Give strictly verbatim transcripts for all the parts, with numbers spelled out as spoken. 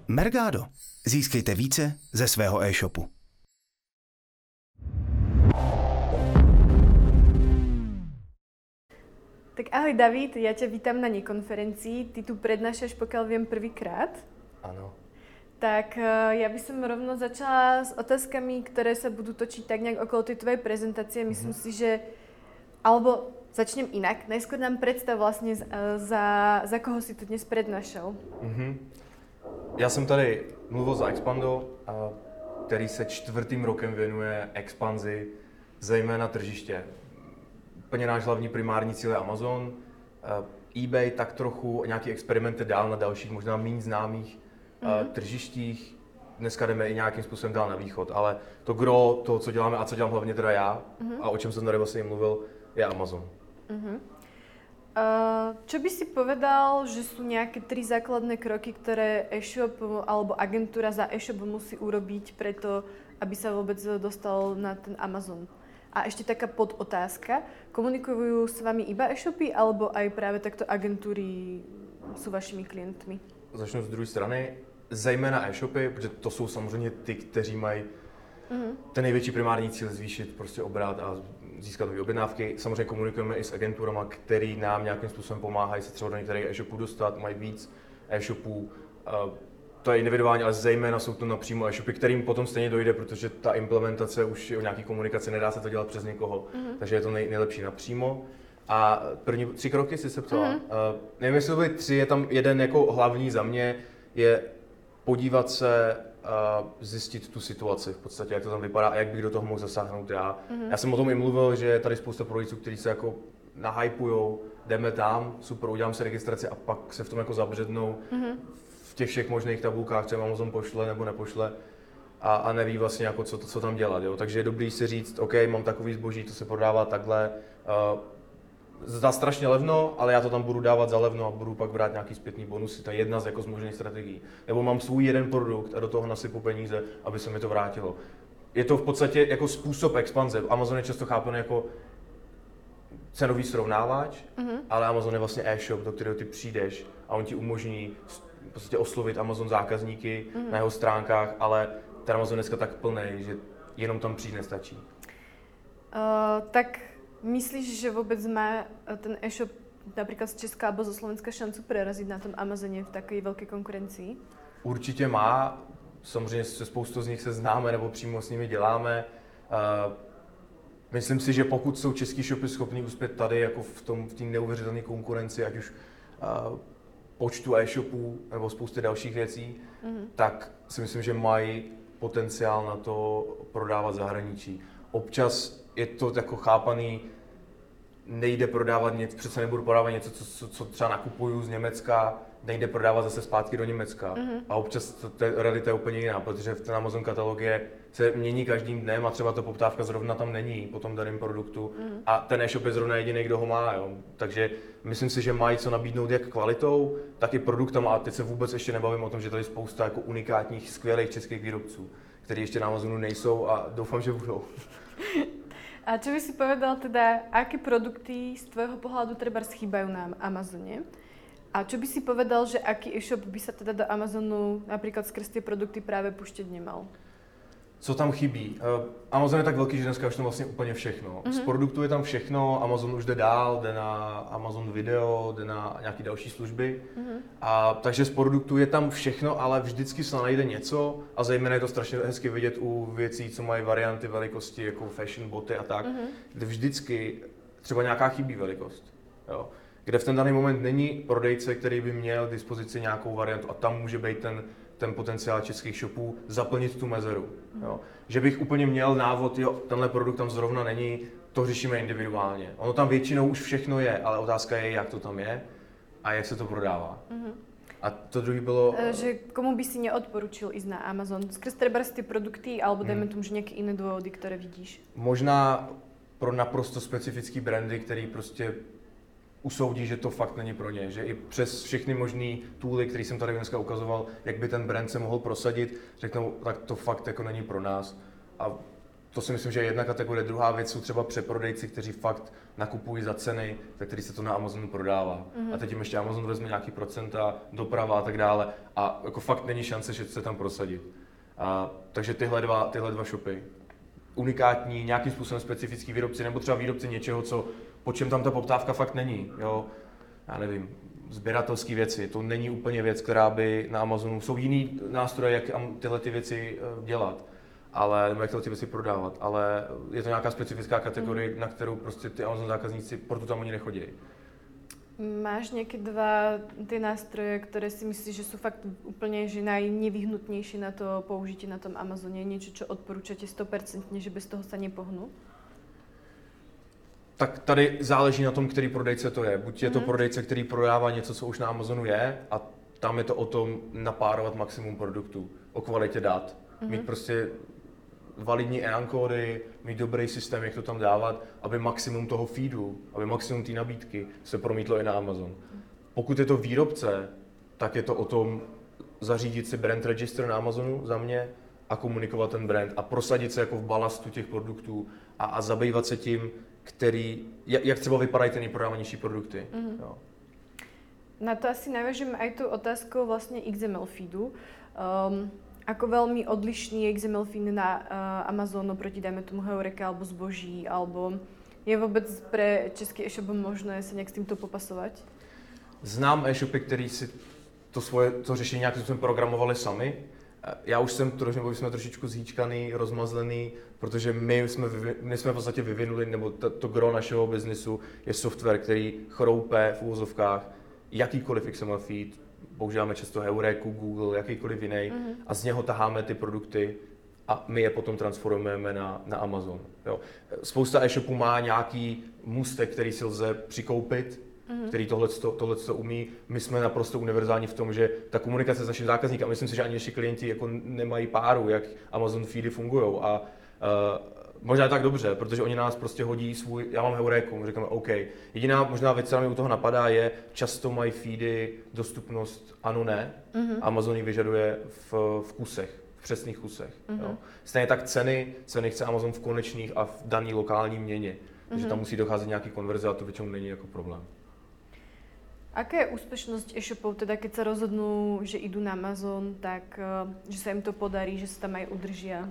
Mergado. Získejte více ze svého e-shopu. Tak ahoj David, ja ťa vítam na nekonferencii. Ty tu prednášaš, pokiaľ viem, prvýkrát. Áno. Tak ja by som rovno začala s otázkami, ktoré sa budú točiť tak nejak okolo tej tvojej prezentácie. Myslím mm-hmm. si, že... Alebo začnem inak. Najskôr nám predstav vlastne, za, za koho si tu dnes prednášal. Mm-hmm. Já jsem tady mluvil za Expando, který se čtvrtým rokem věnuje expanzi, zejména tržiště. Úplně náš hlavní primární cíl je Amazon, eBay tak trochu, nějaké experimenty dál na dalších, možná méně známých mm-hmm. tržištích. Dneska jdeme i nějakým způsobem dál na východ, ale to gro, to, co děláme a co dělám hlavně teda já, mm-hmm. a o čem jsem tady vlastně mluvil, je Amazon. Mm-hmm. Uh, čo by si povedal, že sú nejaké tri základné kroky, ktoré e-shop alebo agentúra za e-shop musí urobiť preto, aby sa vôbec dostal na ten Amazon? A ešte taká podotázka, komunikujú s vami iba e-shopy alebo aj práve takto agentúry sú vašimi klientmi? Začnu z druhé strany, zejména e-shopy, protože to jsou samozřejmě ty, kteří mají mm-hmm. ten největší primární cíl zvýšit prostě obrat a získat nové objednávky. Samozřejmě komunikujeme i s agenturama, který nám nějakým způsobem pomáhají se třeba do některých e-shopů dostat, mají víc e-shopů. To je individuálně, ale zejména jsou to napřímo e-shopy, kterým potom stejně dojde, protože ta implementace už je o nějaký komunikaci, nedá se to dělat přes někoho, mm-hmm. takže je to nej, nejlepší napřímo. A první tři kroky si se ptala. Mm-hmm. Uh, nevím, jestli to byly tři, je tam jeden jako hlavní za mě, je podívat se, uh, zjistit tu situaci v podstatě, jak to tam vypadá a jak bych do toho mohl zasáhnout já. Mm-hmm. Já jsem o tom i mluvil, že je tady spousta prodejců, kteří se jako nahypujou, jdeme tam, super, udělám si registraci a pak se v tom jako zabřednou mm-hmm. v těch všech možných tabulkách, třeba Amazon pošle nebo nepošle a, a neví vlastně jako co, co tam dělat. Jo? Takže je dobrý si říct, OK, mám takový zboží, to se prodává takhle, uh, za strašně levno, ale já to tam budu dávat za levno a budu pak brát nějaký zpětný bonusy. To je jedna z, jako z možných strategií. Nebo mám svůj jeden produkt a do toho nasypu peníze, aby se mi to vrátilo. Je to v podstatě jako způsob expanze. Amazon je často chápaný jako cenový srovnávač, mm-hmm. ale Amazon je vlastně e-shop, do kterého ty přijdeš a on ti umožní v podstatě oslovit Amazon zákazníky mm-hmm. na jeho stránkách, ale ten Amazon dneska tak plný, že jenom tam přijít nestačí. Uh, tak myslíš, že vôbec má ten e-shop napríklad z Česka alebo zo Slovenska šancu preraziť na tom Amazone v takej veľkej konkurencii? Určitě má. Samozřejmě se spoustu z nich se známe nebo přímo s nimi děláme. Uh, myslím si, že pokud jsou český shopy schopní uspět tady jako v tom v té neuvěřitelné konkurenci, ať už uh, počtu e-shopů nebo spousty dalších věcí, mm-hmm. tak si myslím, že mají potenciál na to prodávat zahraničí. Občas je to jako chápaný, nejde prodávat něco, přece nebudu prodávat něco, co, co, co třeba nakupuju z Německa, nejde prodávat zase zpátky do Německa. Mm-hmm. A občas to, to, realita je úplně jiná, protože v ten Amazon katalog je, se mění každým dnem a třeba ta poptávka zrovna tam není po tom daném produktu. Mm-hmm. A ten e-shop je zrovna jediný, kdo ho má. Jo. Takže myslím si, že mají co nabídnout jak kvalitou, tak i produktama. A teď se vůbec ještě nebavím o tom, že tady je spousta jako unikátních, skvělých českých výrobců, kteří ještě na Amazonu nejsou a doufám, že budou. A čo by si povedal teda, aké produkty z tvojho pohľadu trebárs chýbajú na Amazone? A čo by si povedal, že aký e-shop by sa teda do Amazonu napríklad skrz tie produkty práve puštět nemal? Co tam chybí? Uh, Amazon je tak velký, že dneska už tam vlastně úplně všechno. Mm-hmm. Z produktů je tam všechno, Amazon už jde dál, jde na Amazon Video, jde na nějaké další služby. Mm-hmm. A takže z produktů je tam všechno, ale vždycky se najde něco a zejména je to strašně hezky vidět u věcí, co mají varianty velikosti, jako fashion boty a tak, mm-hmm. kde vždycky třeba nějaká chybí velikost. Jo. Kde v ten daný moment není prodejce, který by měl k dispozici nějakou variantu a tam může být ten ten potenciál českých shopů zaplnit tu mezeru. Jo. Že bych úplně měl návod, jo, tenhle produkt tam zrovna není, to řešíme individuálně. Ono tam většinou už všechno je, ale otázka je, jak to tam je a jak se to prodává. Mm-hmm. A to druhý bylo... Že komu by si neodporučil ísť na Amazon? Skrz trebárs ty produkty, alebo dajme tomu, že nejaké iné dôvody, ktoré vidíš? Možná pro naprosto specifický brandy, který prostě usoudí, že to fakt není pro ně, že i přes všechny možný tooly, které jsem tady dneska ukazoval, jak by ten brand se mohl prosadit, řeknou, tak to fakt jako není pro nás. A to si myslím, že je jedna kategorie. Druhá věc jsou třeba přeprodejci, kteří fakt nakupují za ceny, za které se to na Amazonu prodává. Mm-hmm. A teď jim ještě Amazon vezme nějaký procenta, doprava a tak dále. A jako fakt není šance, že se tam prosadit. A, takže tyhle dva, tyhle dva shopy. Unikátní, nějakým způsobem specifický výrobci, nebo třeba výrobci něčeho, co, po čem tam ta poptávka fakt není. Jo? Já nevím, sběratelské věci, to není úplně věc, která by na Amazonu, jsou jiný nástroje, jak tyhle ty věci dělat, ale, nebo jak tyhle ty věci prodávat, ale je to nějaká specifická kategorie, mm. na kterou prostě ty Amazon zákazníci, proto tam oni nechodí. Máš nejaké dva tie nástroje, ktoré si myslíš, že sú fakt úplne že najnevyhnutnejšie na to použitie na tom Amazone? Niečo, čo odporúčate sto percent, že bez toho sa nepohnú? Tak tady záleží na tom, který prodejce to je. Buď je to mm. prodejce, který prodává něco, co už na Amazonu je, a tam je to o tom napárovat maximum produktů, o kvalitě dat. Mm. Mít prostě validní e-ankódy, mít dobrý systém, jak to tam dávat, aby maximum toho feedu, aby maximum té nabídky se promítlo i na Amazon. Pokud je to výrobce, tak je to o tom zařídit si brand register na Amazonu za mě a komunikovat ten brand a prosadit se jako v balastu těch produktů a, a zabývat se tím, který, jak, jak třeba vypadají ty nejprodávanější produkty. Mm-hmm. Jo. Na to asi navážem aj tú otázkou vlastne iks em el feedu. Um, Ako veľmi odlišný je iks em el feed na uh, Amazonu proti, dajme tomu, Heureka alebo zboží, alebo je vôbec pre český e-shop možné sa nejak s týmto popasovať? Znám e-shopy, který si to svoje to řešení nějakým způsobem programovali sami. Já už jsem, troši, jsme trošičku zhýčkaný, rozmazlený, protože my jsme, my jsme v podstatě vyvinuli, nebo to, to gro našeho biznisu je software, který chroupe v úvozovkách jakýkoliv iks em el feed. Používáme často Heureku, Google, jakýkoliv jiný, mm-hmm. a z něho taháme ty produkty a my je potom transformujeme na, na Amazon. Jo. Spousta e-shopů má nějaký můstek, který si lze přikoupit, mm-hmm. který tohleto, tohleto umí. My jsme naprosto univerzální v tom, že ta komunikace s naším zákazníkem, a myslím si, že ani naši klienti jako nemají páru, jak Amazon feedy fungují. A uh, možná tak dobře, protože oni nás prostě hodí svůj, já mám Heuréku, říkáme OK. Jediná možná věc, která mi u toho napadá, je, často mají feedy dostupnost ano, ne. Mm-hmm. Amazon ji vyžaduje v, v kusech, v přesných kusech. Mm-hmm. Jo. Stejně tak ceny, ceny chce Amazon v konečných a v daný lokální měně. Mm-hmm. Takže tam musí docházet nějaký konverze a to většinou není jako problém. Aká je úspešnosť e-shopov, teda keď sa rozhodnú, že idú na Amazon, tak že sa im to podarí, že sa tam aj udržia?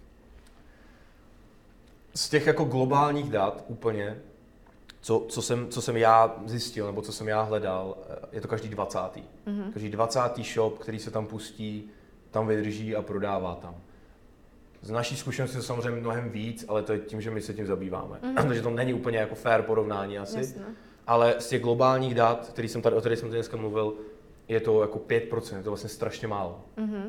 Z těch jako globálních dat úplně, co, co, jsem, co jsem já zjistil, nebo co jsem já hledal, je to každý dvacátý. Mm-hmm. Každý dvacátý shop, který se tam pustí, tam vydrží a prodává tam. Z naší zkušenosti je to samozřejmě mnohem víc, ale to je tím, že my se tím zabýváme. Mm-hmm. Takže to není úplně jako fair porovnání asi. Jasne. Ale z těch globálních dat, který jsem tady, o kterých jsem tady dneska mluvil, je to jako pět procent, je to vlastně strašně málo. Mm-hmm.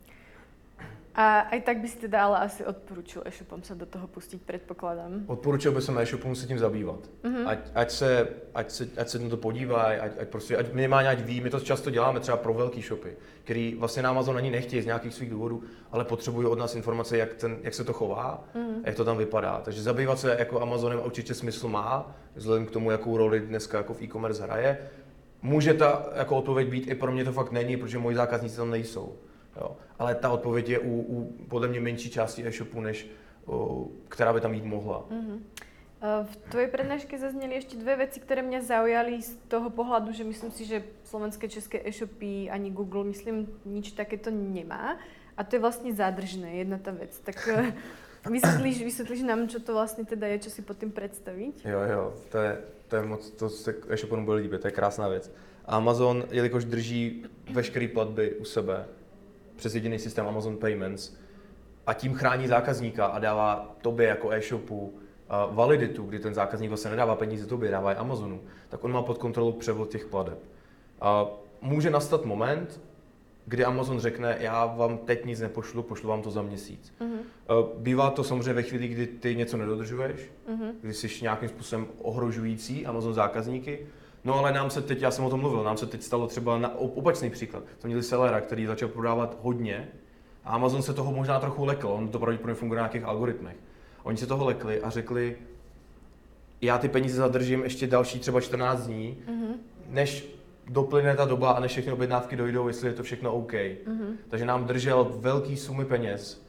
A aj tak by si teda ale asi odporučil e-shopom sa do toho pustiť, predpokladám. Odporučil bych e-shopům se tím zabývat. Mm-hmm. Ať, ať, se, ať, se, ať se na to podívají, ať, ať, prostě, ať minimálně ať ví, my to často děláme třeba pro velký shopy, který vlastně na Amazon ani nechtějí z nějakých svých důvodů, ale potřebují od nás informace, jak, ten, jak se to chová, mm-hmm. jak to tam vypadá. Takže zabývat se jako Amazonem určitě smysl má, vzhledem k tomu, jakou roli dneska jako v e-commerce hraje. Může ta jako odpověď být, i pro mě to fakt není, protože moji zákazníci tam nejsou. Jo. Ale ta odpověď je u, u podle mě menší části e-shopu, než o, která by tam jít mohla. Mm-hmm. V tvojej prednáške zazneli ešte dve veci, ktoré mňa zaujali z toho pohľadu, že myslím si, že slovenské, české e-shopy ani Google, myslím, nič takéto nemá. A to je vlastne zádržné, jedna tá vec. Tak vysvetlíš, vysvetlíš nám, čo to vlastne teda je, čo si pod tým predstaviť? Jo, jo, to je, to je moc, to se e-shopům bude líbit, to je krásná věc. Amazon, jelikož drží veškeré platby u sebe, přes jediný systém Amazon Payments, a tím chrání zákazníka a dává tobě jako e-shopu uh, validitu, kdy ten zákazník vlastně nedává peníze tobě, dává je Amazonu, tak on má pod kontrolou převod těch plateb. Uh, může nastat moment, kdy Amazon řekne, já vám teď nic nepošlu, pošlu vám to za měsíc. Mm-hmm. Uh, bývá to samozřejmě ve chvíli, kdy ty něco nedodržuješ, mm-hmm. kdy jsi nějakým způsobem ohrožující Amazon zákazníky. No ale nám se teď, já jsem o tom mluvil, nám se teď stalo třeba na opačný příklad. To měli sellera, který začal prodávat hodně a Amazon se toho možná trochu lekl, on to pravděpodobně funguje na nějakých algoritmech. Oni se toho lekli a řekli, já ty peníze zadržím ještě další třeba čtrnáct dní, mm-hmm. než doplyne ta doba a než všechny objednávky dojdou, jestli je to všechno OK. Mm-hmm. Takže nám držel velký sumy peněz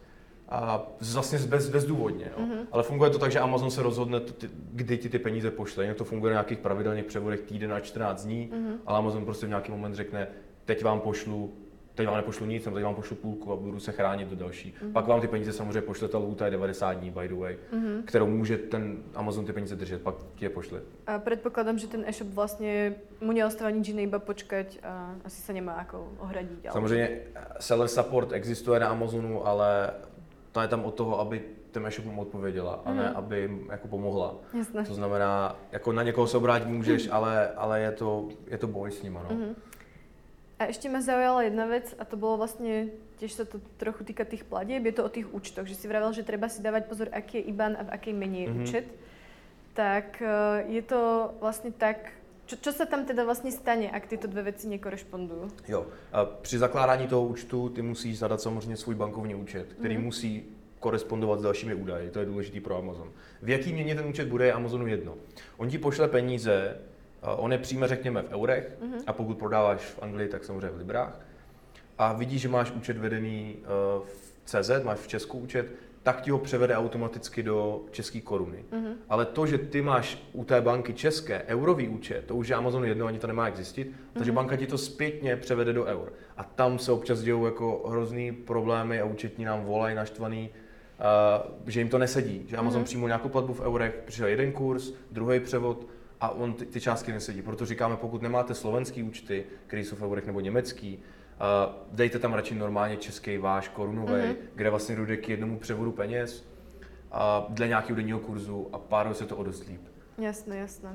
a vlastně bez, bezdůvodně. Jo. Mm-hmm. Ale funguje to tak, že Amazon se rozhodne, ty, kdy ti ty peníze pošle. Jinak to funguje na nějakých pravidelných převodech týden a čtrnáct dní, mm-hmm. ale Amazon prostě v nějaký moment řekne, teď vám pošlu, teď vám nepošlu nic, nebo teď vám pošlu půlku a budu se chránit do další. Mm-hmm. Pak vám ty peníze samozřejmě pošle, ta lhůta je devadesát dní, by the way, mm-hmm. kterou může ten Amazon ty peníze držet, pak ti je pošle. A predpokladám, že ten e-shop vlastně mu neostáva nič jiné, iba počkať a asi se nemá jako ohradit. Ale... Samozřejmě seller support existuje na Amazonu, ale to je tam od toho, aby ten e-shop mu odpověděla, a ne aby jim jako pomohla. Jasné. To znamená, jako na někoho se obrátit můžeš, ale, ale je to, je to boj s nima. No. Mm-hmm. A ešte ma zaujala jedna vec, a to bolo vlastne, tiež sa to trochu týka tých platieb, je to o tých účtoch, že si vravel, že treba si dávať pozor, aký je í ban a v akej mene je mm-hmm. účet. Tak je to vlastne tak, čo, čo sa tam teda vlastne stane, ak tyto dve veci nekorešpondujú? Jo, a při zakládání toho účtu ty musíš zadat samozřejmě svůj bankovní účet, který mm-hmm. musí korespondovat s dalšími údaji, to je důležitý pro Amazon. V jaký měně ten účet bude, je Amazonu jedno. On ti pošle peníze, on je přijme řekněme v eurech, mm-hmm. a pokud prodáváš v Anglii, tak samozřejmě v librách. A vidíš, že máš účet vedený v C Z, máš v Česku účet, tak ti ho převede automaticky do české koruny. Mm-hmm. Ale to, že ty máš u té banky české eurový účet, to už je Amazonu jedno, ani to nemá jak zjistit, mm-hmm. takže banka ti to zpětně převede do eur. A tam se občas dějou jako hrozný problémy a účetní nám volají naštvaný, uh, že jim to nesedí. Že Amazon mm-hmm. přijmul nějakou platbu v eurech, přišel jeden kurz, druhý převod, a on ty, ty částky nesedí. Proto říkáme, pokud nemáte slovenský účty, které jsou v eurech nebo německý, uh, dejte tam radši normálně český váš korunový, mm-hmm. kde vlastně dojde k jednomu převodu peněz uh, dle nějakého denního kurzu a páruje se to o dost líp. Jasné, jasné.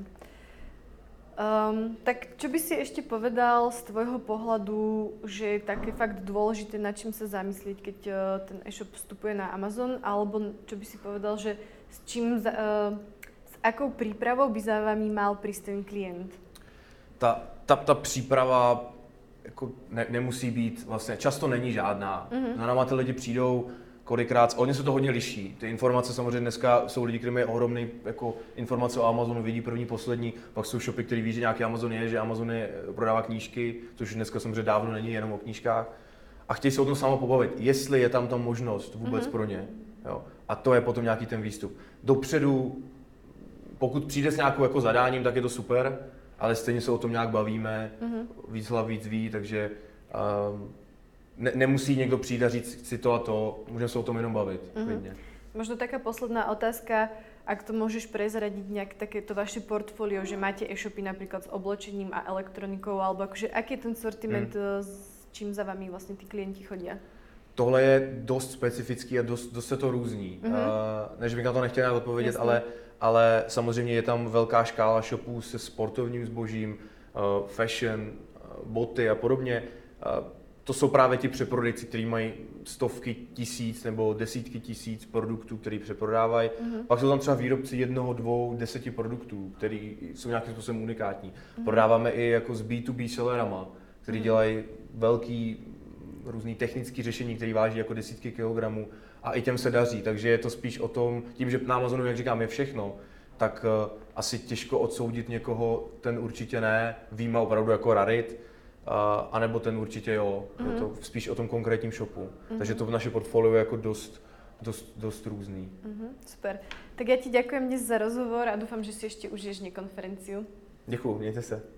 Um, tak čo by si ešte povedal z tvojho pohľadu, že je také fakt dôležité, nad čím sa zamyslieť, keď uh, ten e-shop vstupuje na Amazon, alebo čo by si povedal, že s čím... Za, uh, akou přípravou by za vámi mal prísť ten klient? Ta, ta, ta příprava jako ne, nemusí být, vlastně často není žádná. Mm-hmm. Na náma ty lidi přijdou kolikrát, oni se to hodně liší. Ty informace samozřejmě dneska jsou lidi, kteří mají ohromný jako informace o Amazonu, vidí první, poslední, pak jsou shopy, který ví, že nějaký Amazon je, že Amazon je, prodává knížky, což dneska samozřejmě dávno není jenom o knížkách. A chtějí se o tom samo pobavit, jestli je tam ta možnost vůbec mm-hmm. pro ně. Jo? A to je potom nějaký ten výstup. Dopředu, pokud přijde s nějakou jako zadáním, tak je to super, ale stejně se o tom nějak bavíme, mm-hmm. víc hlav víc ví, takže um, ne, nemusí někdo přijít a říct si to a to, můžeme se o tom jenom bavit. Mm-hmm. Možno taká posledná otázka, ak to môžeš prezradiť nejak takéto vaše portfólio, že máte e-shopy napríklad s oblečením a elektronikou, alebo akože aký je ten sortiment, mm. s čím za vami vlastne tí klienti chodia? Tohle je dost specifický a dost, dost se to různí. Mm-hmm. Uh, než bych na to nechtěl odpovědět, ale, ale samozřejmě je tam velká škála shopů se sportovním zbožím, uh, fashion, uh, boty a podobně. Uh, to jsou právě ti přeprodejci, kteří mají stovky tisíc nebo desítky tisíc produktů, který přeprodávají. Mm-hmm. Pak jsou tam třeba výrobci jednoho, dvou, deseti produktů, který jsou nějakým způsobem unikátní. Mm-hmm. Prodáváme i jako s bé dvě bé sellerama, který mm-hmm. dělají velký různý technické řešení, které váží jako desítky kilogramů a i těm se daří, takže je to spíš o tom, tím, že na Amazonu, jak říkám, je všechno, tak uh, asi těžko odsoudit někoho, ten určitě ne, výjima opravdu jako rarit, uh, anebo ten určitě jo, mm-hmm. je to spíš o tom konkrétním shopu, mm-hmm. takže to v naše portfolio je jako dost, dost, dost různý. Mm-hmm, super, tak já ti děkuji dnes za rozhovor a doufám, že si ještě užiješ konferenciu. Děkuju, mějte se.